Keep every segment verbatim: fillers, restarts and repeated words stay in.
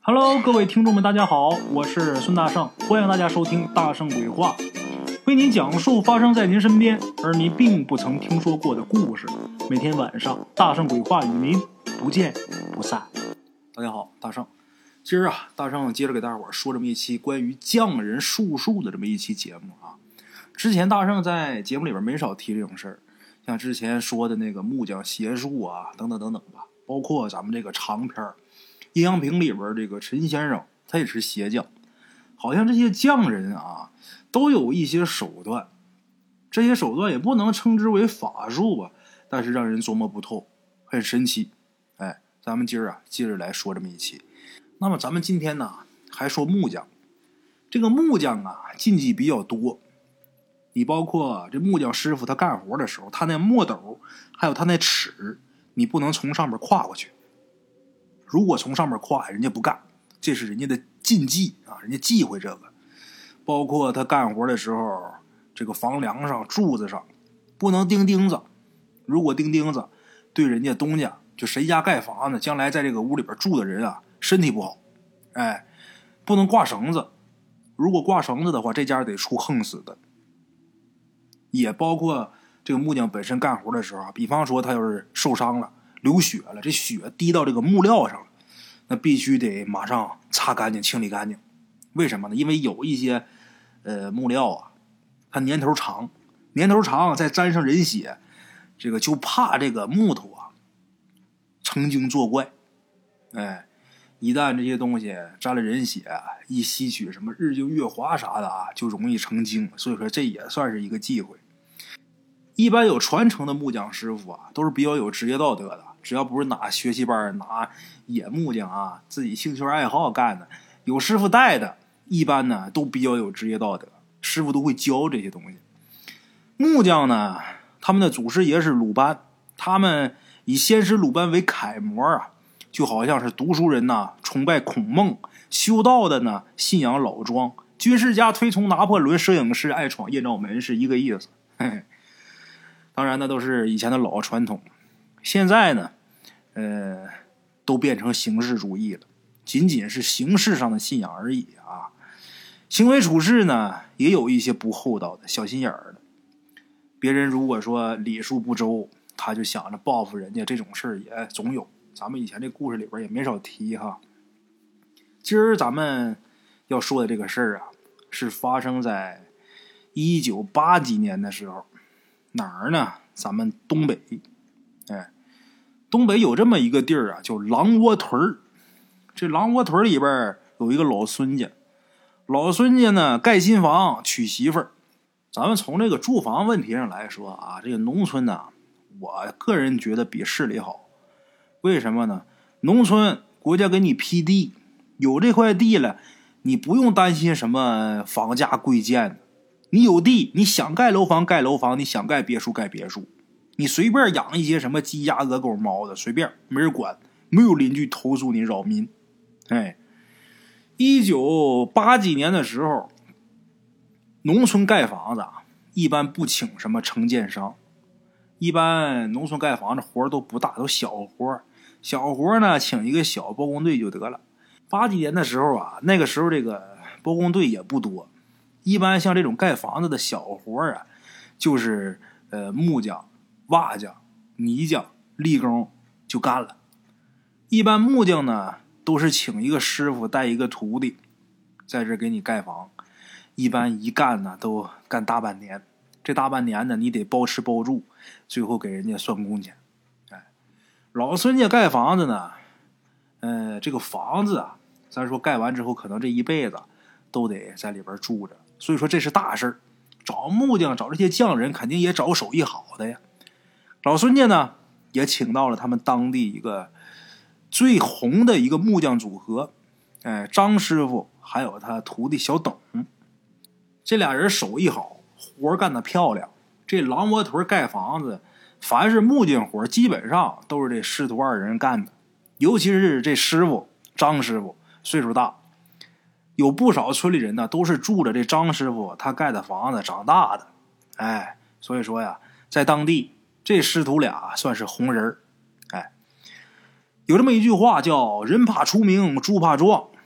Hello， 各位听众们，大家好，我是孙大圣，欢迎大家收听大圣鬼话，为您讲述发生在您身边而您并不曾听说过的故事。每天晚上，大圣鬼话与您不见不散。大家好，大圣，今儿啊，大圣接着给大伙儿说这么一期关于匠人术数的这么一期节目啊。之前大圣在节目里边没少提这种事儿，像之前说的那个木匠邪术啊，等等等等吧，包括咱们这个长篇儿。阴阳瓶里边这个陈先生他也是邪匠，好像这些匠人啊都有一些手段，这些手段也不能称之为法术啊，但是让人琢磨不透，很神奇。哎，咱们今儿啊接着来说这么一期。那么咱们今天呢还说木匠，这个木匠啊禁忌比较多，你包括这木匠师傅他干活的时候，他那墨斗还有他那尺，你不能从上面跨过去。如果从上面跨，人家不干，这是人家的禁忌啊，人家忌讳这个。包括他干活的时候，这个房梁上、柱子上不能钉钉子，如果钉钉子，对人家东家就谁家盖房子，将来在这个屋里边住的人啊，身体不好。哎，不能挂绳子，如果挂绳子的话，这家得出横死的。也包括这个木匠本身干活的时候，比方说他要是受伤了。流血了，这血滴到这个木料上了，那必须得马上擦干净、清理干净。为什么呢？因为有一些呃木料啊，它年头长，年头长再沾上人血，这个就怕这个木头啊成精作怪。哎，一旦这些东西沾了人血，一吸取什么日精月华啥的啊，就容易成精。所以说这也算是一个忌讳。一般有传承的木匠师傅啊，都是比较有职业道德的。只要不是拿学习班、拿野木匠啊，自己兴趣爱好干的，有师傅带的，一般呢都比较有职业道德，师傅都会教这些东西。木匠呢，他们的祖师爷是鲁班，他们以先师鲁班为楷模啊，就好像是读书人呐崇拜孔孟，修道的呢信仰老庄，军事家推崇拿破仑，摄影师爱闯艳照门，是一个意思。嘿嘿，当然那都是以前的老传统。现在呢，呃，都变成形式主义了，仅仅是形式上的信仰而已啊。行为处事呢，也有一些不厚道的、小心眼儿的。别人如果说礼数不周，他就想着报复人家，这种事儿也总有。咱们以前这故事里边也没少提哈。今儿咱们要说的这个事儿啊，是发生在一九八几年的时候，哪儿呢？咱们东北。哎，东北有这么一个地儿啊，叫狼窝屯儿。这狼窝屯里边有一个老孙家，老孙家呢盖新房娶媳妇儿。咱们从这个住房问题上来说啊，这个农村呢，我个人觉得比市里好。为什么呢？农村国家给你批地，有这块地了，你不用担心什么房价贵贱的。你有地，你想盖楼房盖楼房，你想盖别墅盖别墅。你随便养一些什么鸡鸭鹅狗猫的，随便没人管，没有邻居投诉你扰民。哎，一九八几年的时候，农村盖房子啊，一般不请什么承建商，一般农村盖房子活都不大，都小活，小活呢请一个小包工队就得了。八几年的时候啊，那个时候这个包工队也不多，一般像这种盖房子的小活啊，就是呃木匠、瓦匠、泥匠、力工就干了。一般木匠呢都是请一个师傅带一个徒弟在这给你盖房，一般一干呢都干大半年，这大半年呢你得包吃包住，最后给人家算工钱。哎，老孙家盖房子呢，呃这个房子啊，咱说盖完之后可能这一辈子都得在里边住着，所以说这是大事儿。找木匠找这些匠人肯定也找手艺好的呀。老孙家呢也请到了他们当地一个最红的一个木匠组合，哎，张师傅还有他徒弟小董，这俩人手艺好，活干得漂亮。这狼窝屯盖房子，凡是木匠活基本上都是这师徒二人干的，尤其是这师傅张师傅岁数大，有不少村里人呢都是住着这张师傅他盖的房子长大的。哎，所以说呀，在当地这师徒俩算是红人。哎，有这么一句话叫人怕出名猪怕壮，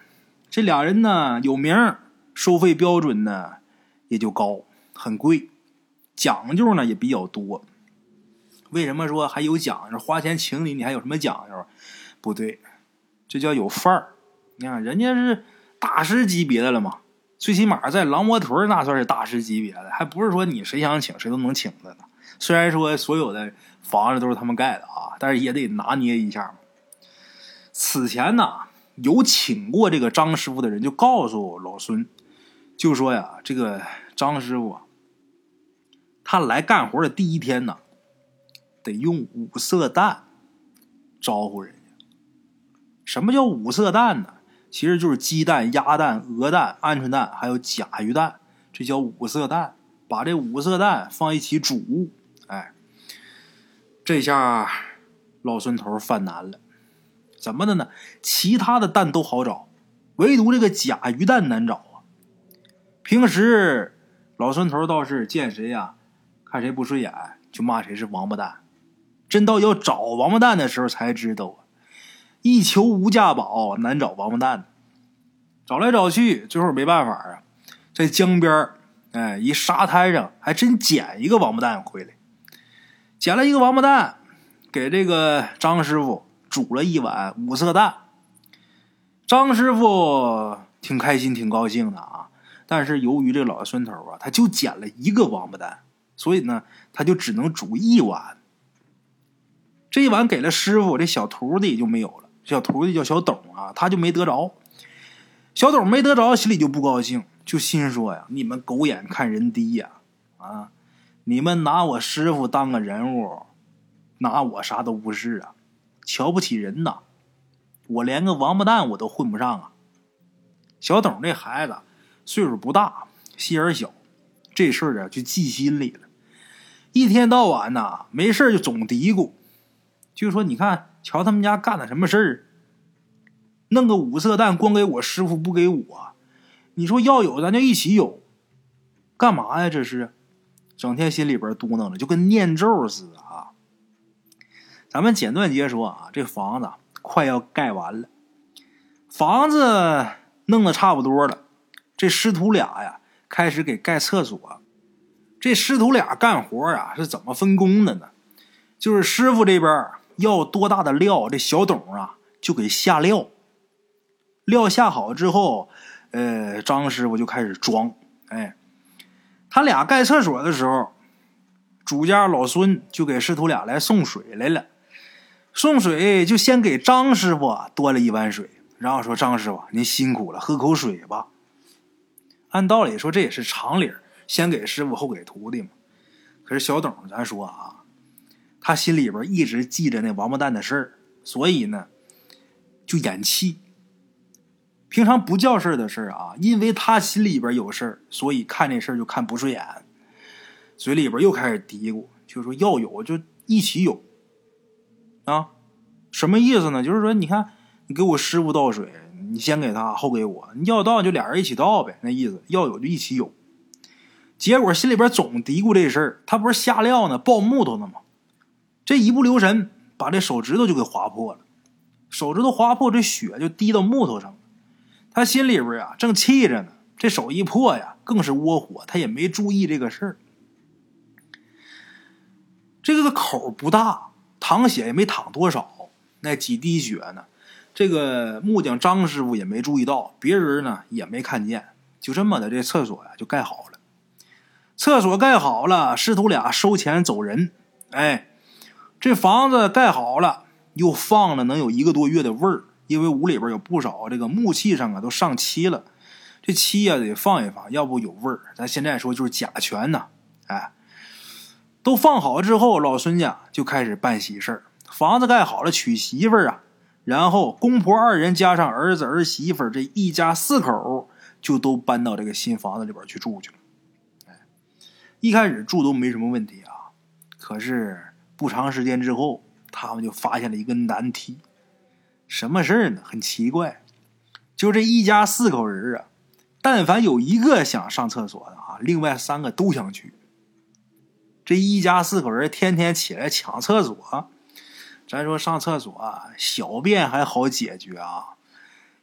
这俩人呢有名，收费标准呢也就高，很贵，讲究呢也比较多。为什么说还有讲究？花钱请你，你还有什么讲究？不对，这叫有范儿。你看人家是大师级别的了嘛，最起码在狼窝屯那算是大师级别的，还不是说你谁想请谁都能请的呢。虽然说所有的房子都是他们盖的啊，但是也得拿捏一下嘛。此前呢，有请过这个张师傅的人就告诉老孙，就说呀，这个张师傅啊，他来干活的第一天呢，得用五色蛋招呼人家。什么叫五色蛋呢？其实就是鸡蛋、鸭蛋、鹅蛋、鹌鹑蛋还有甲鱼蛋，这叫五色蛋。把这五色蛋放一起煮，哎，这下老孙头犯难了。怎么的呢？其他的蛋都好找，唯独这个甲鱼蛋难找啊。平时老孙头倒是见谁呀、啊，看谁不顺眼就骂谁是王八蛋，真到要找王八蛋的时候才知道啊，一求无价宝，难找王八蛋。找来找去，最后没办法啊，在江边哎，一沙滩上还真捡一个王八蛋回来。捡了一个王八蛋，给这个张师傅煮了一碗五色蛋。张师傅挺开心挺高兴的啊，但是由于这老孙头啊，他就捡了一个王八蛋，所以呢他就只能煮一碗。这一碗给了师傅，这小徒弟就没有了。小徒弟叫小董啊，他就没得着。小董没得着，心里就不高兴，就心说呀，你们狗眼看人低呀，啊，你们拿我师傅当个人物，拿我啥都不是啊，瞧不起人呐，我连个王八蛋我都混不上啊。小董这孩子岁数不大，心眼小，这事儿啊就记心里了。一天到晚呐，没事就总嘀咕，就说你看瞧他们家干的什么事儿，弄个五色蛋光给我师傅不给我，你说要有咱就一起有，干嘛呀这是？整天心里边嘟囔着，就跟念咒似的啊。咱们简短截说啊，这房子快要盖完了，房子弄得差不多了，这师徒俩呀开始给盖厕所。这师徒俩干活啊是怎么分工的呢？就是师傅这边要多大的料，这小董啊就给下料，料下好之后，呃，张师傅就开始装。哎，他俩盖厕所的时候，主家老孙就给师徒俩来送水来了。送水就先给张师傅啊端了一碗水，然后说：“张师傅，您辛苦了，喝口水吧。”按道理说这也是常理，先给师傅后给徒弟嘛。可是小董咱说啊，他心里边一直记着那王八蛋的事儿，所以呢就演气。平常不叫事儿的事儿啊，因为他心里边有事儿，所以看这事儿就看不顺眼，嘴里边又开始嘀咕，就说要有就一起有啊。什么意思呢？就是说你看你给我师傅倒水，你先给他后给我，你要倒就俩人一起倒呗，那意思要有就一起有。结果心里边总嘀咕这事儿，他不是下料呢爆木头呢吗？这一不留神把这手指头就给划破了，手指头划破，这血就滴到木头上了。他心里边啊正气着呢，这手一破呀更是窝火，他也没注意这个事儿。这个口不大，淌血也没淌多少，那几滴血呢，这个木匠张师傅也没注意到，别人呢也没看见，就这么的这厕所呀就盖好了。厕所盖好了，师徒俩收钱走人。哎，这房子盖好了，又放了能有一个多月的味儿，因为屋里边有不少这个木器上啊都上漆了，这漆啊得放一放，要不有味儿。咱现在说就是甲醛呐。哎，都放好之后，老孙家就开始办喜事儿。房子盖好了，娶媳妇儿啊，然后公婆二人加上儿子儿媳妇儿，这一家四口就都搬到这个新房子里边去住去了。哎，一开始住都没什么问题啊，可是不长时间之后，他们就发现了一个难题。什么事儿呢？很奇怪，就这一家四口人啊，但凡有一个想上厕所的啊，另外三个都想去。这一家四口人天天起来抢厕所，咱说上厕所啊，小便还好解决啊，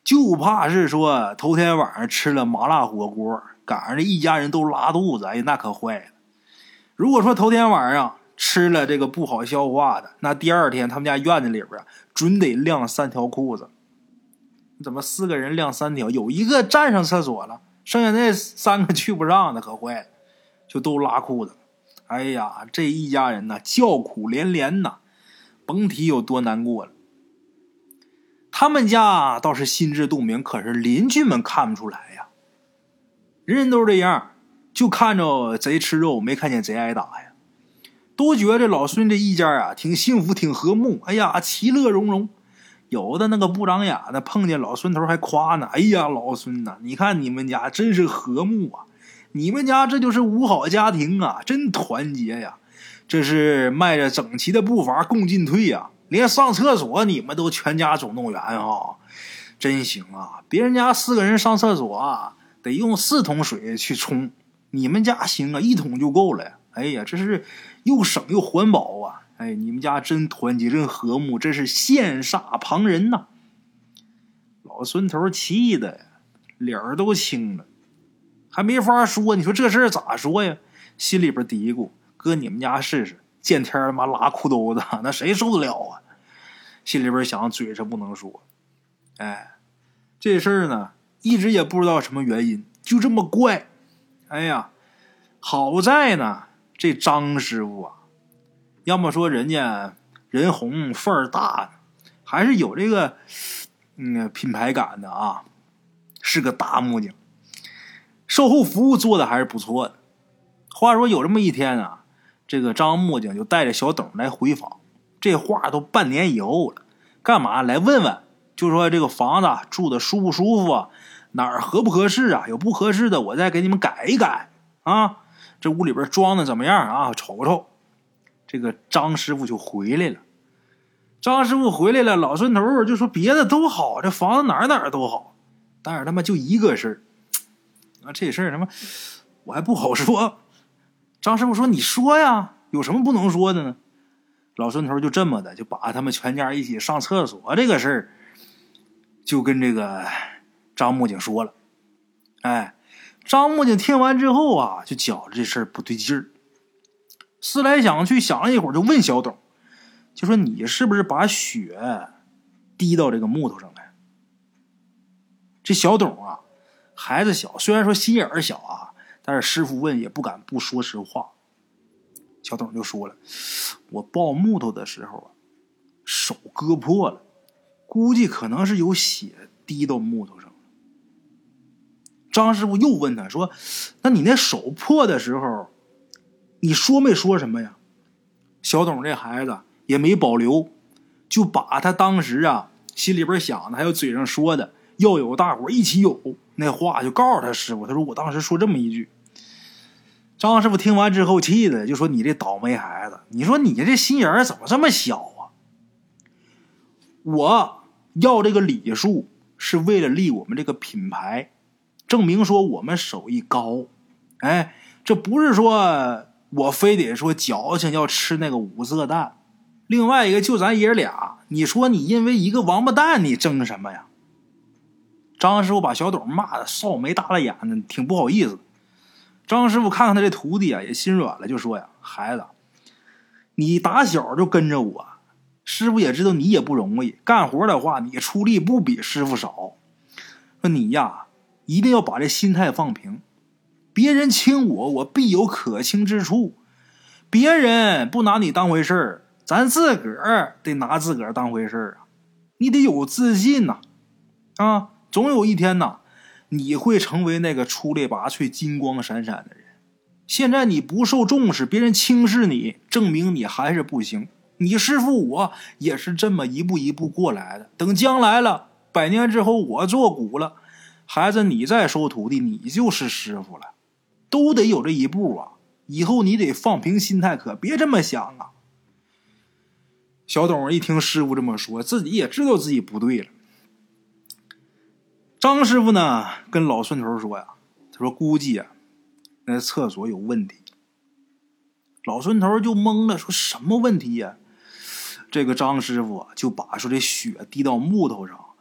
就怕是说头天晚上吃了麻辣火锅，赶上这一家人都拉肚子，哎，那可坏了。如果说头天晚上吃了这个不好消化的，那第二天他们家院子里边啊，准得晾三条裤子。怎么四个人晾三条？有一个站上厕所了，剩下那三个去不上的，可坏了，就都拉裤子。哎呀，这一家人呐，叫苦连连呐，甭提有多难过了。他们家倒是心知肚明，可是邻居们看不出来呀。人人都是这样，就看着贼吃肉，没看见贼挨打呀。都觉得老孙这一家啊，挺幸福，挺和睦，哎呀，其乐融融。有的那个不长眼的，碰见老孙头还夸呢，哎呀，老孙呐，你看你们家真是和睦啊，你们家这就是五好家庭啊，真团结呀。这是迈着整齐的步伐共进退呀，连上厕所你们都全家总动员啊，真行啊！别人家四个人上厕所啊，得用四桶水去冲，你们家行啊，一桶就够了呀。哎呀，这是又省又环保啊！哎，你们家真团结，真和睦，真是羡煞旁人呐！老孙头气的呀，脸儿都青了，还没法说。你说这事儿咋说呀？心里边嘀咕：搁你们家试试，见天他妈拉裤兜子，那谁受得了啊？心里边想，嘴上不能说。哎，这事儿呢，一直也不知道什么原因，就这么怪。哎呀，好在呢，这张师傅啊，要么说人家人红份儿大，还是有这个嗯品牌感的啊，是个大木匠，售后服务做的还是不错的。话说有这么一天啊，这个张木匠就带着小董来回访，这话都半年以后了，干嘛来问问，就说这个房子住的舒不舒服啊，哪儿合不合适啊，有不合适的我再给你们改一改啊，这屋里边装的怎么样啊，瞅瞅。这个张师傅就回来了。张师傅回来了，老孙头就说别的都好，这房子哪儿哪儿都好，但是他妈就一个事儿啊，这事儿他妈我还不好说。张师傅说你说呀，有什么不能说的呢？老孙头就这么的就把他们全家一起上厕所这个事儿就跟这个张木匠说了。哎，张木匠听完之后啊，就觉着这事儿不对劲儿，思来想去，想了一会儿，就问小董，就说你是不是把血滴到这个木头上来？这小董啊，孩子小，虽然说心眼儿小啊，但是师傅问也不敢不说实话。小董就说了，我抱木头的时候啊，手割破了，估计可能是有血滴到木头上了。张师傅又问他说，那你那手破的时候你说没说什么呀？小董这孩子也没保留，就把他当时啊心里边想的还有嘴上说的要有大伙一起有那话就告诉他师傅，他说我当时说这么一句。张师傅听完之后气的就说，你这倒霉孩子，你说你这心眼怎么这么小啊？我要这个礼数是为了立我们这个品牌，证明说我们手艺高。哎，这不是说我非得说矫情要吃那个五色蛋。另外一个就咱爷俩，你说你因为一个王八蛋你争什么呀？张师傅把小董骂的少眉大了眼的，挺不好意思。张师傅看看他这徒弟啊，也心软了，就说呀，孩子，你打小就跟着我，师傅也知道你也不容易，干活的话你出力不比师傅少。说你呀，一定要把这心态放平，别人轻我，我必有可轻之处。别人不拿你当回事儿，咱自个儿得拿自个儿当回事儿啊！你得有自信呐、啊，啊，总有一天呐，你会成为那个出类拔萃、金光闪闪的人。现在你不受重视，别人轻视你，证明你还是不行。你师傅我也是这么一步一步过来的。等将来了，百年之后我做古了，孩子你再收徒弟，你就是师傅了，都得有这一步啊！以后你得放平心态，可别这么想啊。小董一听师傅这么说，自己也知道自己不对了。张师傅呢跟老孙头说呀，他说估计啊那厕所有问题。老孙头就懵了，说什么问题呀？这个张师傅就把说这血滴到木头上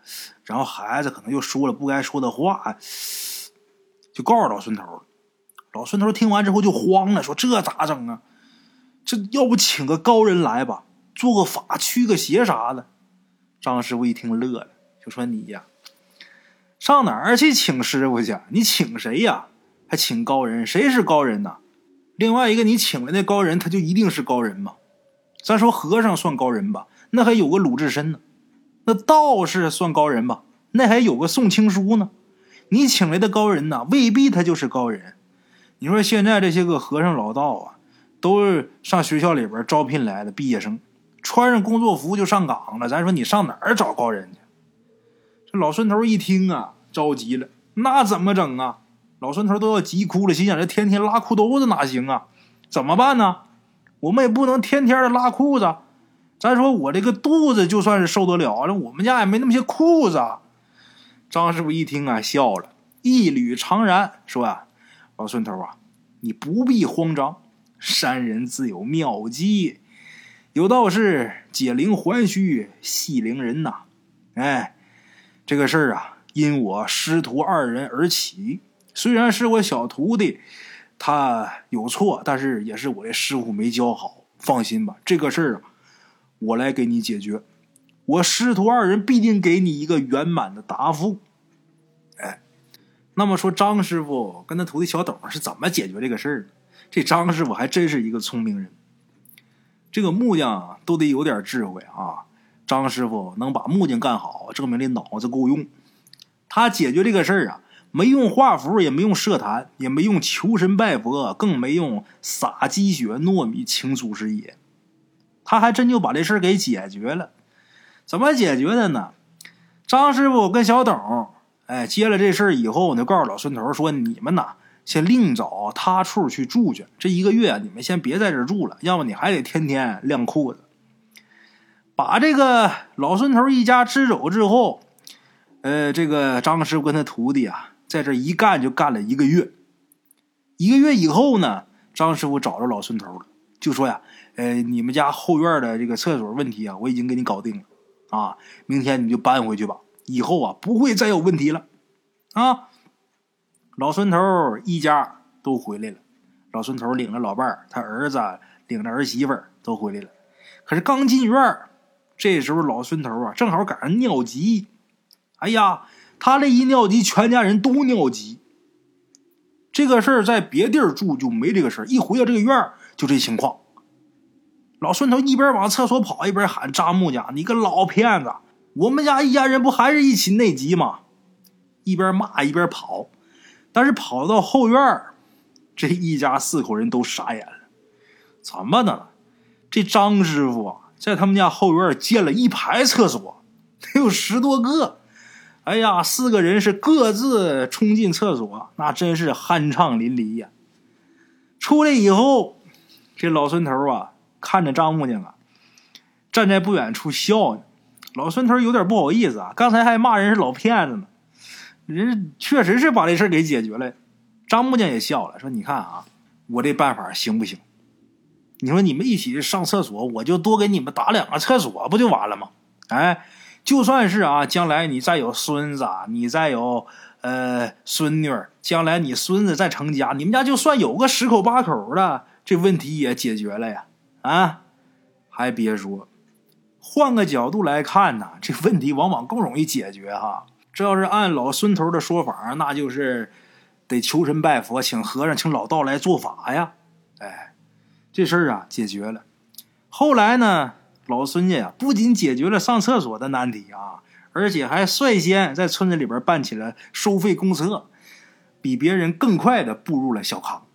然后孩子可能又说了不该说的话，就告诉老孙头了。老孙头听完之后就慌了，说这咋整啊？这要不请个高人来吧，做个法驱个邪啥的。张师傅一听乐了，就说你呀，上哪儿去请师傅去？你请谁呀？还请高人？谁是高人呢？另外一个，你请来的高人他就一定是高人吗？咱说和尚算高人吧，那还有个鲁智深呢。那道士算高人吧，那还有个宋青书呢。你请来的高人呢，未必他就是高人。你说现在这些个和尚老道啊，都是上学校里边招聘来的毕业生，穿上工作服就上岗了，咱说你上哪儿找高人去？这老孙头一听啊，着急了，那怎么整啊？老孙头都要急哭了，心想这天天拉裤兜子哪行啊？怎么办呢？我们也不能天天的拉裤子，咱说我这个肚子就算是受得了，我们家也没那么些裤子。张师傅一听啊，笑了，一缕长髯，说啊，老孙头啊，你不必慌张，山人自有妙计，有道是解铃还须系铃人呐。哎，这个事儿啊，因我师徒二人而起，虽然是我小徒弟他有错，但是也是我的师傅没教好，放心吧，这个事儿啊，我来给你解决，我师徒二人必定给你一个圆满的答复。哎，那么说张师傅跟他徒弟小董是怎么解决这个事儿呢？这张师傅还真是一个聪明人，这个木匠都得有点智慧啊。张师傅能把木匠干好，证明这脑子够用。他解决这个事儿啊，没用画符，也没用设坛，也没用求神拜佛，更没用撒鸡血糯米请祖师爷，他还真就把这事儿给解决了。怎么解决的呢？张师傅跟小董哎接了这事儿以后呢，告诉老孙头说，你们呐先另找他处去住去，这一个月你们先别在这儿住了，要么你还得天天晾裤子。把这个老孙头一家支走之后，呃，这个张师傅跟他徒弟啊，在这一干就干了一个月。一个月以后呢，张师傅找着老孙头了，就说呀，呃，你们家后院的这个厕所问题啊，我已经给你搞定了啊，明天你就搬回去吧，以后啊不会再有问题了啊。老孙头一家都回来了，老孙头领着老伴儿，他儿子领着儿媳妇儿都回来了。可是刚进院，这时候老孙头啊正好赶上尿急，哎呀，他这一尿急，全家人都尿急。这个事儿在别地儿住就没这个事儿，一回到这个院就这情况。老孙头一边往厕所跑，一边喊张木匠，你个老骗子，我们家一家人不还是一起内急吗？一边骂一边跑。但是跑到后院，这一家四口人都傻眼了。怎么的？这张师傅啊，在他们家后院建了一排厕所，得有十多个。哎呀，四个人是各自冲进厕所，那真是酣畅淋漓呀。出来以后，这老孙头啊，看着张木匠啊，站在不远处笑呢。老孙头有点不好意思啊，刚才还骂人是老骗子呢。人确实是把这事给解决了。张木匠也笑了，说你看啊，我这办法行不行？你说你们一起上厕所，我就多给你们打两个厕所不就完了吗？哎，就算是啊，将来你再有孙子，你再有呃孙女，将来你孙子再成家，你们家就算有个十口八口的，这问题也解决了呀。啊，还别说，换个角度来看呢，这问题往往更容易解决哈。这要是按老孙头的说法，那就是得求神拜佛，请和尚请老道来做法呀。哎，这事儿啊解决了。后来呢，老孙家呀不仅解决了上厕所的难题啊，而且还率先在村子里边办起了收费公厕，比别人更快的步入了小康。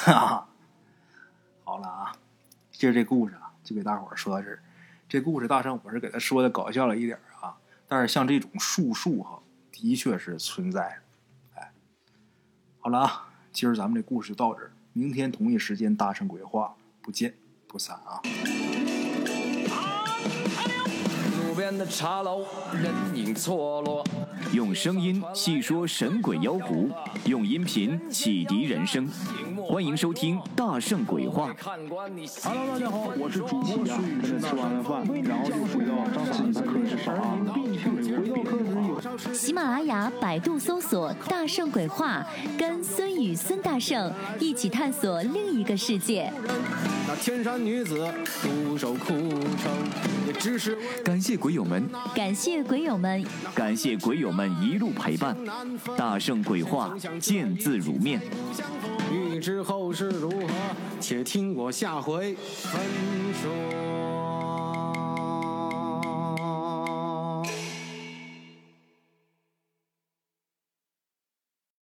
好了啊，今儿这故事啊就给大伙儿说到这儿。这故事大圣我是给他说的搞笑了一点啊，但是像这种术数哈，的确是存在的。哎，好了啊，今儿咱们这故事就到这儿，明天同一时间大圣鬼话不见不散啊。 路边的茶楼，人影错落， 用声音细说神鬼妖狐，用音频启迪人生。 荧幕欢迎收听《大圣鬼话》。 Hello， 大家好，我是主播孙宇，跟着吃完了饭，然后就回到自己的课室上啊。回到课室有喜马拉雅、百度搜索“大圣鬼话”，跟孙宇、孙大圣一起探索另一个世界。 那天山女子独守枯城，也只是感谢鬼友们， 感谢鬼友们， 感谢鬼友们一路陪伴。大圣鬼话，见字如面。 欲知后事如何，且听我下回分说。